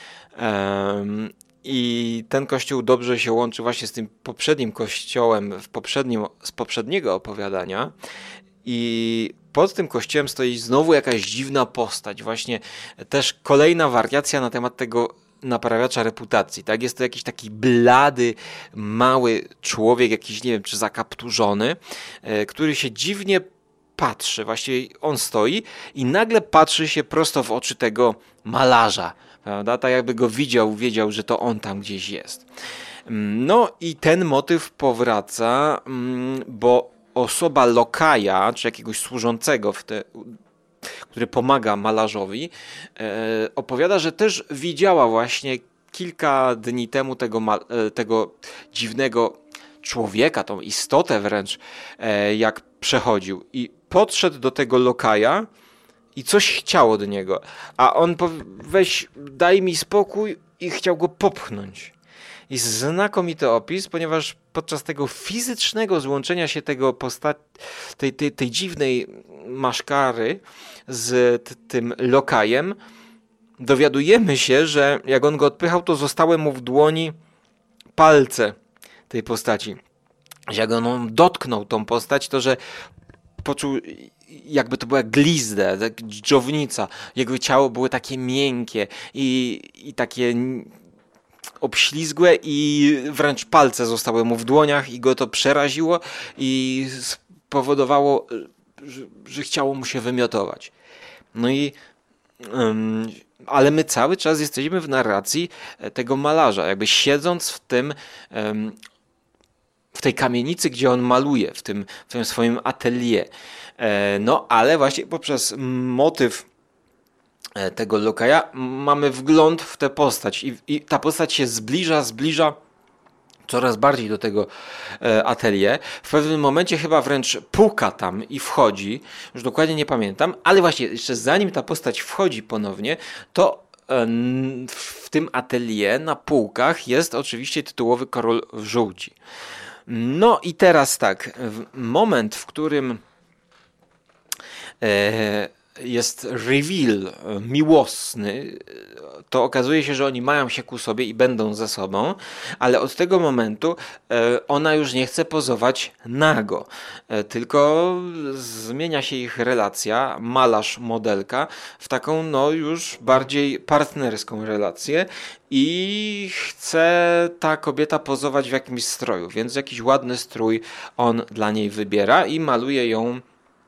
Um, I ten kościół dobrze się łączy właśnie z tym poprzednim kościołem w poprzednim, z poprzedniego opowiadania. I pod tym kościołem stoi znowu jakaś dziwna postać. Właśnie też kolejna wariacja na temat tego naprawiacza reputacji. Tak? Jest to jakiś taki blady, mały człowiek, jakiś nie wiem, czy zakapturzony, który się dziwnie patrzy. Właściwie on stoi i nagle patrzy się prosto w oczy tego malarza. Prawda? Tak jakby go widział, wiedział, że to on tam gdzieś jest. No i ten motyw powraca, bo osoba lokaja, czy jakiegoś służącego, w te, który pomaga malarzowi, e, opowiada, że też widziała właśnie kilka dni temu tego, e, tego dziwnego człowieka, tą istotę wręcz, e, jak przechodził. I podszedł do tego lokaja i coś chciał od niego. A on powie, weź, daj mi spokój i chciał go popchnąć. I znakomity opis, ponieważ podczas tego fizycznego złączenia się tego posta- tej, tej, tej dziwnej maszkary z t- tym lokajem, dowiadujemy się, że jak on go odpychał, to zostały mu w dłoni palce tej postaci. Że jak on dotknął tą postać, to że poczuł, jakby to była glizda, tak, dżdżownica. Jego ciało było takie miękkie i, i takie obślizgłe i wręcz palce zostały mu w dłoniach i go to przeraziło i spowodowało, że, że chciało mu się wymiotować. No i um, ale my cały czas jesteśmy w narracji tego malarza, jakby siedząc w tym um, w tej kamienicy, gdzie on maluje, w tym, w tym swoim atelier. E, no ale właśnie poprzez motyw tego lokaja mamy wgląd w tę postać i, i ta postać się zbliża, zbliża coraz bardziej do tego e, atelier. W pewnym momencie chyba wręcz puka tam i wchodzi, już dokładnie nie pamiętam, ale właśnie jeszcze zanim ta postać wchodzi ponownie, to e, w tym atelier na półkach jest oczywiście tytułowy Król w żółci. No i teraz tak, moment, w którym e, jest reveal miłosny, to okazuje się, że oni mają się ku sobie i będą ze sobą, ale od tego momentu ona już nie chce pozować nago, tylko zmienia się ich relacja, malarz, modelka, w taką no już bardziej partnerską relację i chce ta kobieta pozować w jakimś stroju, więc jakiś ładny strój on dla niej wybiera i maluje ją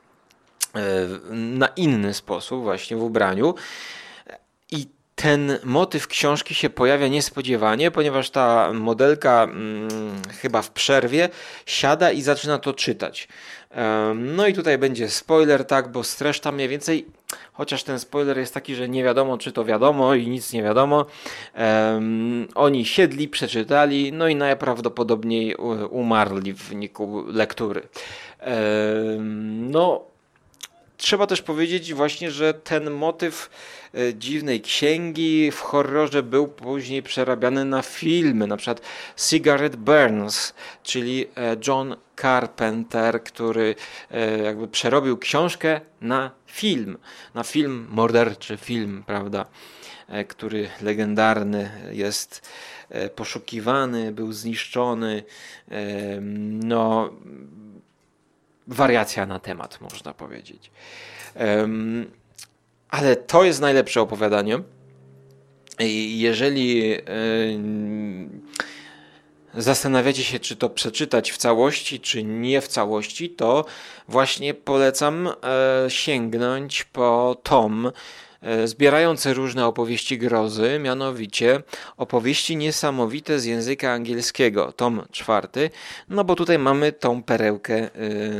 na inny sposób, właśnie w ubraniu. I ten motyw książki się pojawia niespodziewanie, ponieważ ta modelka hmm, chyba w przerwie siada i zaczyna to czytać. No i tutaj będzie spoiler, tak, bo streszczam mniej więcej, chociaż ten spoiler jest taki, że nie wiadomo, czy to wiadomo i nic nie wiadomo. Um, oni siedli, przeczytali, no i najprawdopodobniej umarli w wyniku lektury. Um, no Trzeba też powiedzieć właśnie, że ten motyw dziwnej księgi w horrorze był później przerabiany na filmy, na przykład Cigarette Burns, czyli John Carpenter, który jakby przerobił książkę na film, na film, morderczy film, prawda, który legendarny jest, poszukiwany, był zniszczony, no wariacja na temat, można powiedzieć. Um, ale to jest najlepsze opowiadanie. Jeżeli um, zastanawiacie się, czy to przeczytać w całości, czy nie w całości, to właśnie polecam e, sięgnąć po tom e, zbierający różne opowieści grozy, mianowicie opowieści niesamowite z języka angielskiego, tom czwarty, no bo tutaj mamy tą perełkę e,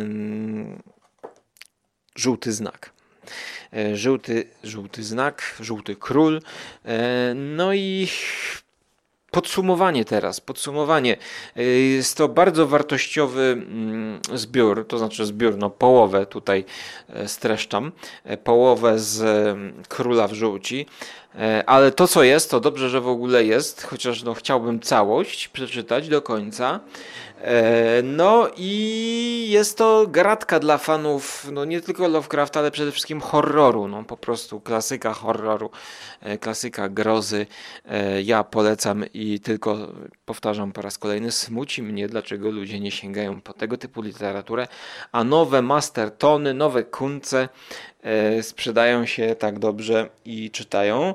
żółty znak. Żółty, żółty znak, żółty król. No i podsumowanie teraz, podsumowanie. Jest to bardzo wartościowy zbiór, to znaczy zbiór, no połowę tutaj streszczam, połowę z Króla w żółci, ale to co jest, to dobrze, że w ogóle jest, chociaż no chciałbym całość przeczytać do końca. No i jest to gratka dla fanów, no nie tylko Lovecrafta, ale przede wszystkim horroru, no po prostu klasyka horroru, klasyka grozy. Ja polecam i tylko powtarzam po raz kolejny, smuci mnie, dlaczego ludzie nie sięgają po tego typu literaturę, a nowe mastertony, nowe kunce sprzedają się tak dobrze i czytają.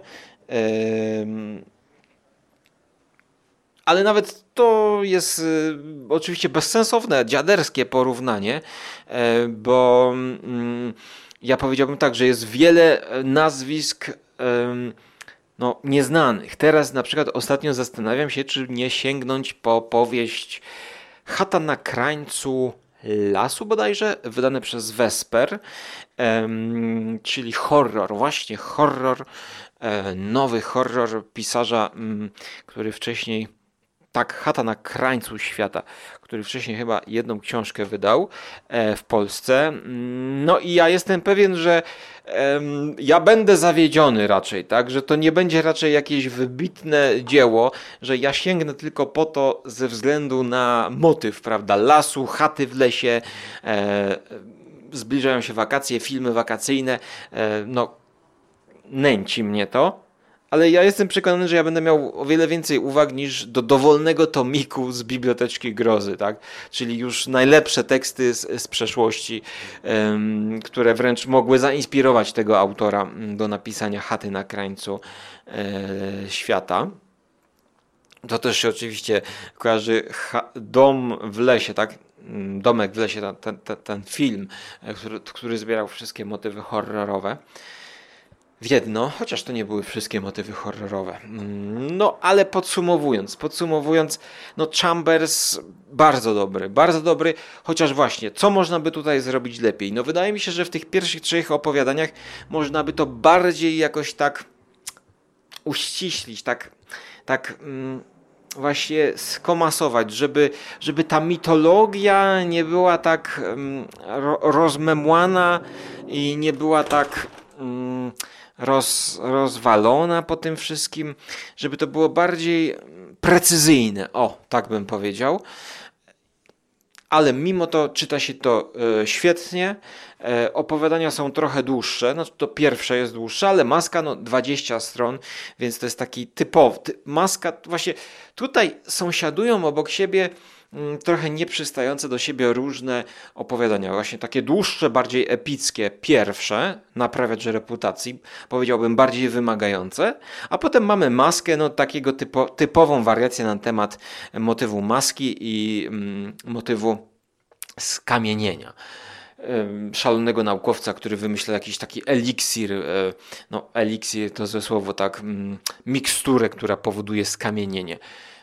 Ale nawet to jest y, oczywiście bezsensowne, dziaderskie porównanie, y, bo y, ja powiedziałbym tak, że jest wiele nazwisk y, no, nieznanych. Teraz na przykład ostatnio zastanawiam się, czy nie sięgnąć po powieść Chata na krańcu lasu bodajże, wydane przez Vesper, y, czyli horror, właśnie horror, y, nowy horror pisarza, y, który wcześniej Tak, Chata na krańcu świata, który wcześniej chyba jedną książkę wydał w Polsce. No i ja jestem pewien, że um, ja będę zawiedziony raczej, tak, że to nie będzie raczej jakieś wybitne dzieło, że ja sięgnę tylko po to ze względu na motyw, prawda, lasu, chaty w lesie, e, zbliżają się wakacje, filmy wakacyjne, e, no nęci mnie to. Ale ja jestem przekonany, że ja będę miał o wiele więcej uwag niż do dowolnego tomiku z biblioteczki grozy, tak? Czyli już najlepsze teksty z, z przeszłości, um, które wręcz mogły zainspirować tego autora do napisania Chaty na krańcu e, świata. To też się oczywiście kojarzy ha- Dom w lesie, tak? Domek w lesie, ten, ten, ten film, który, który zbierał wszystkie motywy horrorowe w jedno, chociaż to nie były wszystkie motywy horrorowe. No, ale podsumowując, podsumowując, no Chambers bardzo dobry, bardzo dobry, chociaż właśnie, co można by tutaj zrobić lepiej? No wydaje mi się, że w tych pierwszych trzech opowiadaniach można by to bardziej jakoś tak uściślić, tak, tak mm, właśnie skomasować, żeby, żeby ta mitologia nie była tak mm, ro, rozmemłana i nie była tak mm, roz, rozwalona po tym wszystkim, żeby to było bardziej precyzyjne, o, tak bym powiedział. ale mimo to czyta się to e, świetnie. E, opowiadania są trochę dłuższe, no to pierwsze jest dłuższe, ale Maska no dwadzieścia stron, więc to jest taki typowy. Ty, Maska właśnie tutaj sąsiadują obok siebie mm, trochę nieprzystające do siebie różne opowiadania. Właśnie takie dłuższe, bardziej epickie pierwsze, naprawiacz reputacji, powiedziałbym bardziej wymagające, a potem mamy Maskę, no takiego typo, typową wariację na temat motywu maski i mm, motywu skamienienia. Szalonego naukowca, który wymyśla jakiś taki eliksir, no eliksir to ze słowo tak, miksturę, która powoduje skamienienie.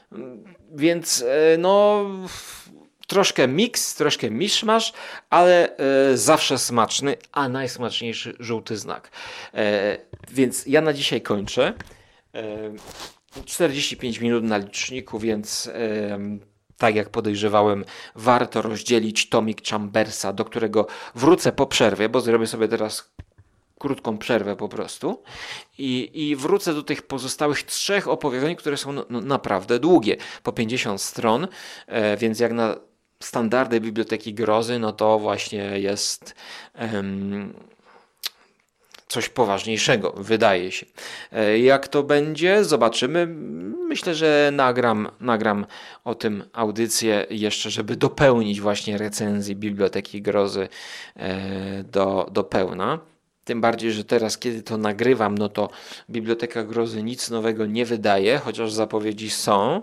Więc no troszkę miks, troszkę miszmasz, ale zawsze smaczny, a najsmaczniejszy żółty znak. Więc ja na dzisiaj kończę. czterdzieści pięć minut na liczniku, więc tak jak podejrzewałem, warto rozdzielić tomik Chambersa, do którego wrócę po przerwie, bo zrobię sobie teraz krótką przerwę po prostu i, i wrócę do tych pozostałych trzech opowiadań, które są no, no, naprawdę długie, po pięćdziesiąt stron, e, więc jak na standardy Biblioteki Grozy, no to właśnie jest em, coś poważniejszego, wydaje się. Jak to będzie? Zobaczymy. Myślę, że nagram, nagram o tym audycję jeszcze, żeby dopełnić właśnie recenzji Biblioteki Grozy do, do pełna. Tym bardziej, że teraz, kiedy to nagrywam, no to Biblioteka Grozy nic nowego nie wydaje, chociaż zapowiedzi są.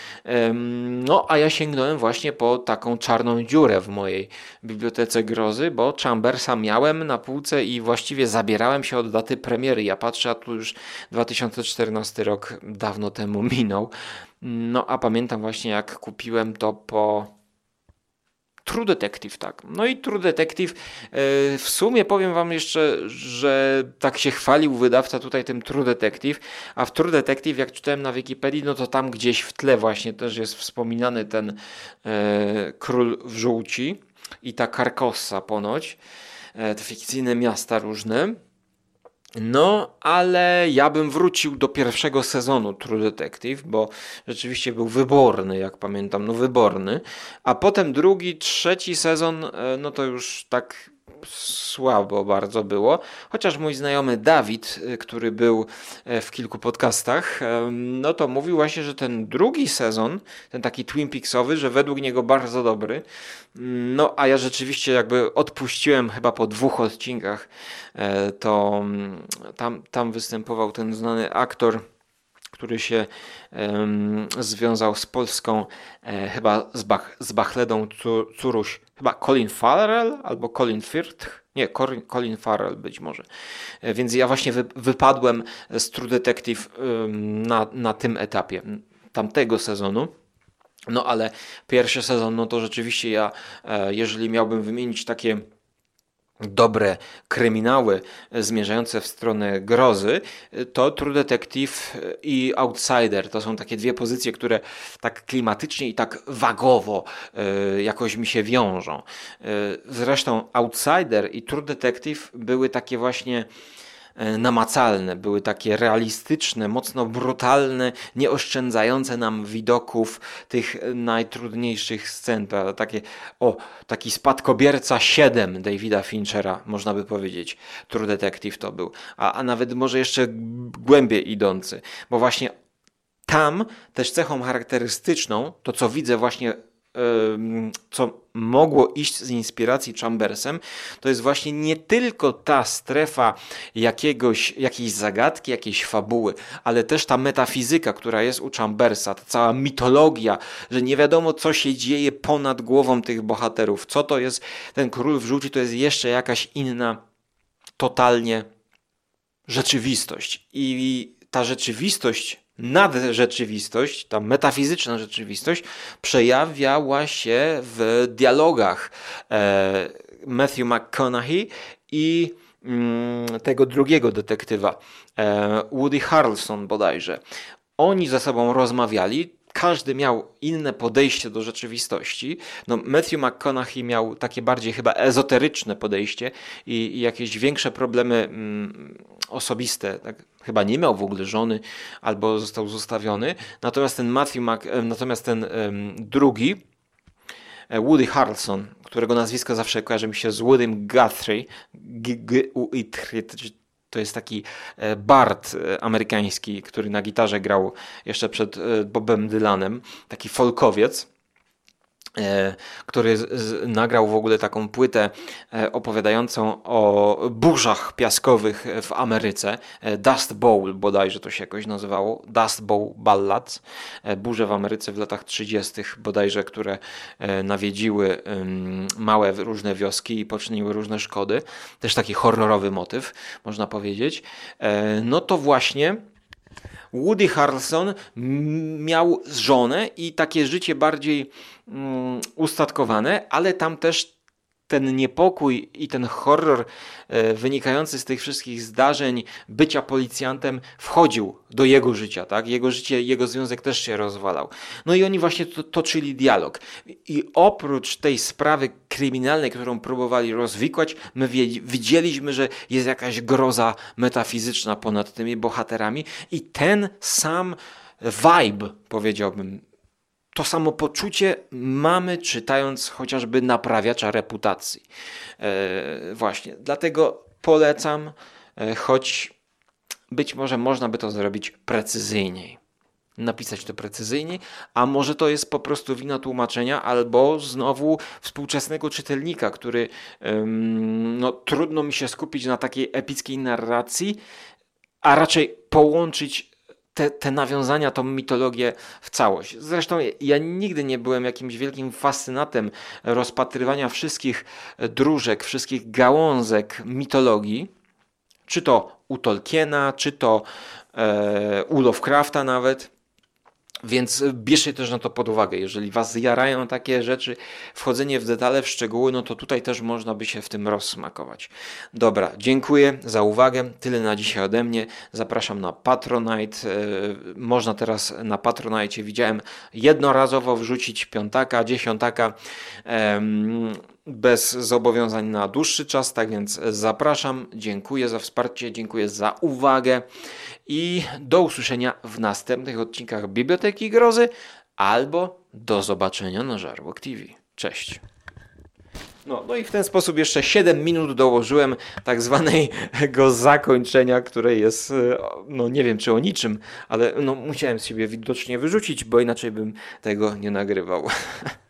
No, a ja sięgnąłem właśnie po taką czarną dziurę w mojej Bibliotece Grozy, bo Chambersa miałem na półce i właściwie zabierałem się od daty premiery. Ja patrzę, a tu już dwa tysiące czternasty rok dawno temu minął. No, a pamiętam właśnie, jak kupiłem to po True Detective, tak. No i True Detective, w sumie powiem wam jeszcze, że tak się chwalił wydawca tutaj tym True Detective, a w True Detective, jak czytałem na Wikipedii, no to tam gdzieś w tle właśnie też jest wspominany ten e, król w żółci i ta Carcosa ponoć, e, te fikcyjne miasta różne. No, ale ja bym wrócił do pierwszego sezonu True Detective, bo rzeczywiście był wyborny, jak pamiętam, no wyborny. A potem drugi, trzeci sezon, no to już tak słabo bardzo było. Chociaż mój znajomy Dawid, który był w kilku podcastach, no to mówił właśnie, że ten drugi sezon, ten taki Twin Peaksowy, że według niego bardzo dobry. No a ja rzeczywiście jakby odpuściłem chyba po dwóch odcinkach, to tam, tam występował ten znany aktor, który się um, związał z Polską, e, chyba z, Bach, z Bachledą Curuś, chyba Colin Farrell albo Colin Firth, nie, Colin, Colin Farrell być może. E, więc ja właśnie wy, wypadłem z True Detective um, na, na tym etapie tamtego sezonu. No ale pierwszy sezon, no to rzeczywiście ja, e, jeżeli miałbym wymienić takie dobre kryminały zmierzające w stronę grozy, to True Detective i Outsider to są takie dwie pozycje, które tak klimatycznie i tak wagowo y, jakoś mi się wiążą. Y, zresztą Outsider i True Detective były takie właśnie namacalne, były takie realistyczne, mocno brutalne, nie oszczędzające nam widoków tych najtrudniejszych scen. Takie, o, taki spadkobierca siedem Davida Finchera, można by powiedzieć. True Detective to był. A, a nawet może jeszcze głębiej idący, bo właśnie tam też cechą charakterystyczną, to co widzę właśnie, co mogło iść z inspiracji Chambersem, to jest właśnie nie tylko ta strefa jakiegoś, jakiejś zagadki, jakiejś fabuły, ale też ta metafizyka, która jest u Chambersa, ta cała mitologia, że nie wiadomo, co się dzieje ponad głową tych bohaterów. Co to jest ten król w żółci, to jest jeszcze jakaś inna totalnie rzeczywistość. I ta rzeczywistość, nadrzeczywistość, ta metafizyczna rzeczywistość przejawiała się w dialogach e, Matthew McConaughey i mm, tego drugiego detektywa, e, Woody Harrelson bodajże. Oni ze sobą rozmawiali, każdy miał inne podejście do rzeczywistości. No, Matthew McConaughey miał takie bardziej chyba ezoteryczne podejście i, i jakieś większe problemy mm, osobiste. Tak? Chyba nie miał w ogóle żony albo został zostawiony. Natomiast ten Matthew Mac, natomiast ten um, drugi Woody Harrelson, którego nazwisko zawsze kojarzy mi się z Woodym Guthrie. To jest taki bard amerykański, który na gitarze grał jeszcze przed Bobem Dylanem, taki folkowiec, który z, z, nagrał w ogóle taką płytę opowiadającą o burzach piaskowych w Ameryce. Dust Bowl bodajże to się jakoś nazywało. Dust Bowl Ballads. Burze w Ameryce w latach trzydziestych bodajże, które nawiedziły małe różne wioski i poczyniły różne szkody. Też taki horrorowy motyw, można powiedzieć. No to właśnie Woody Harrelson miał żonę i takie życie bardziej um, ustatkowane, ale tam też ten niepokój i ten horror e, wynikający z tych wszystkich zdarzeń bycia policjantem wchodził do jego życia, tak? Jego życie, jego związek też się rozwalał. No i oni właśnie to, toczyli dialog. I oprócz tej sprawy kryminalnej, którą próbowali rozwikłać, my wie, widzieliśmy, że jest jakaś groza metafizyczna ponad tymi bohaterami i ten sam vibe, powiedziałbym, to samo poczucie mamy czytając chociażby Naprawiacza reputacji. E, właśnie, dlatego polecam, e, choć być może można by to zrobić precyzyjniej. Napisać to precyzyjniej, a może to jest po prostu wina tłumaczenia albo znowu współczesnego czytelnika, który ym, no, trudno mi się skupić na takiej epickiej narracji, a raczej połączyć Te, te nawiązania, tą mitologię w całość. Zresztą ja nigdy nie byłem jakimś wielkim fascynatem rozpatrywania wszystkich dróżek, wszystkich gałązek mitologii, czy to u Tolkiena, czy to e, u Lovecrafta nawet. Więc bierzcie też na to pod uwagę. Jeżeli was jarają takie rzeczy, wchodzenie w detale, w szczegóły, no to tutaj też można by się w tym rozsmakować. Dobra, dziękuję za uwagę. Tyle na dzisiaj ode mnie. Zapraszam na Patronite. Można teraz na Patronite, widziałem, jednorazowo wrzucić piątaka, dziesiątaka bez zobowiązań na dłuższy czas. Tak więc zapraszam. Dziękuję za wsparcie, dziękuję za uwagę. I do usłyszenia w następnych odcinkach Biblioteki Grozy albo do zobaczenia na Żarłok T V. Cześć. No, no i w ten sposób jeszcze siedem minut dołożyłem tak zwanego zakończenia, które jest, no nie wiem czy o niczym, ale no musiałem z siebie widocznie wyrzucić, bo inaczej bym tego nie nagrywał.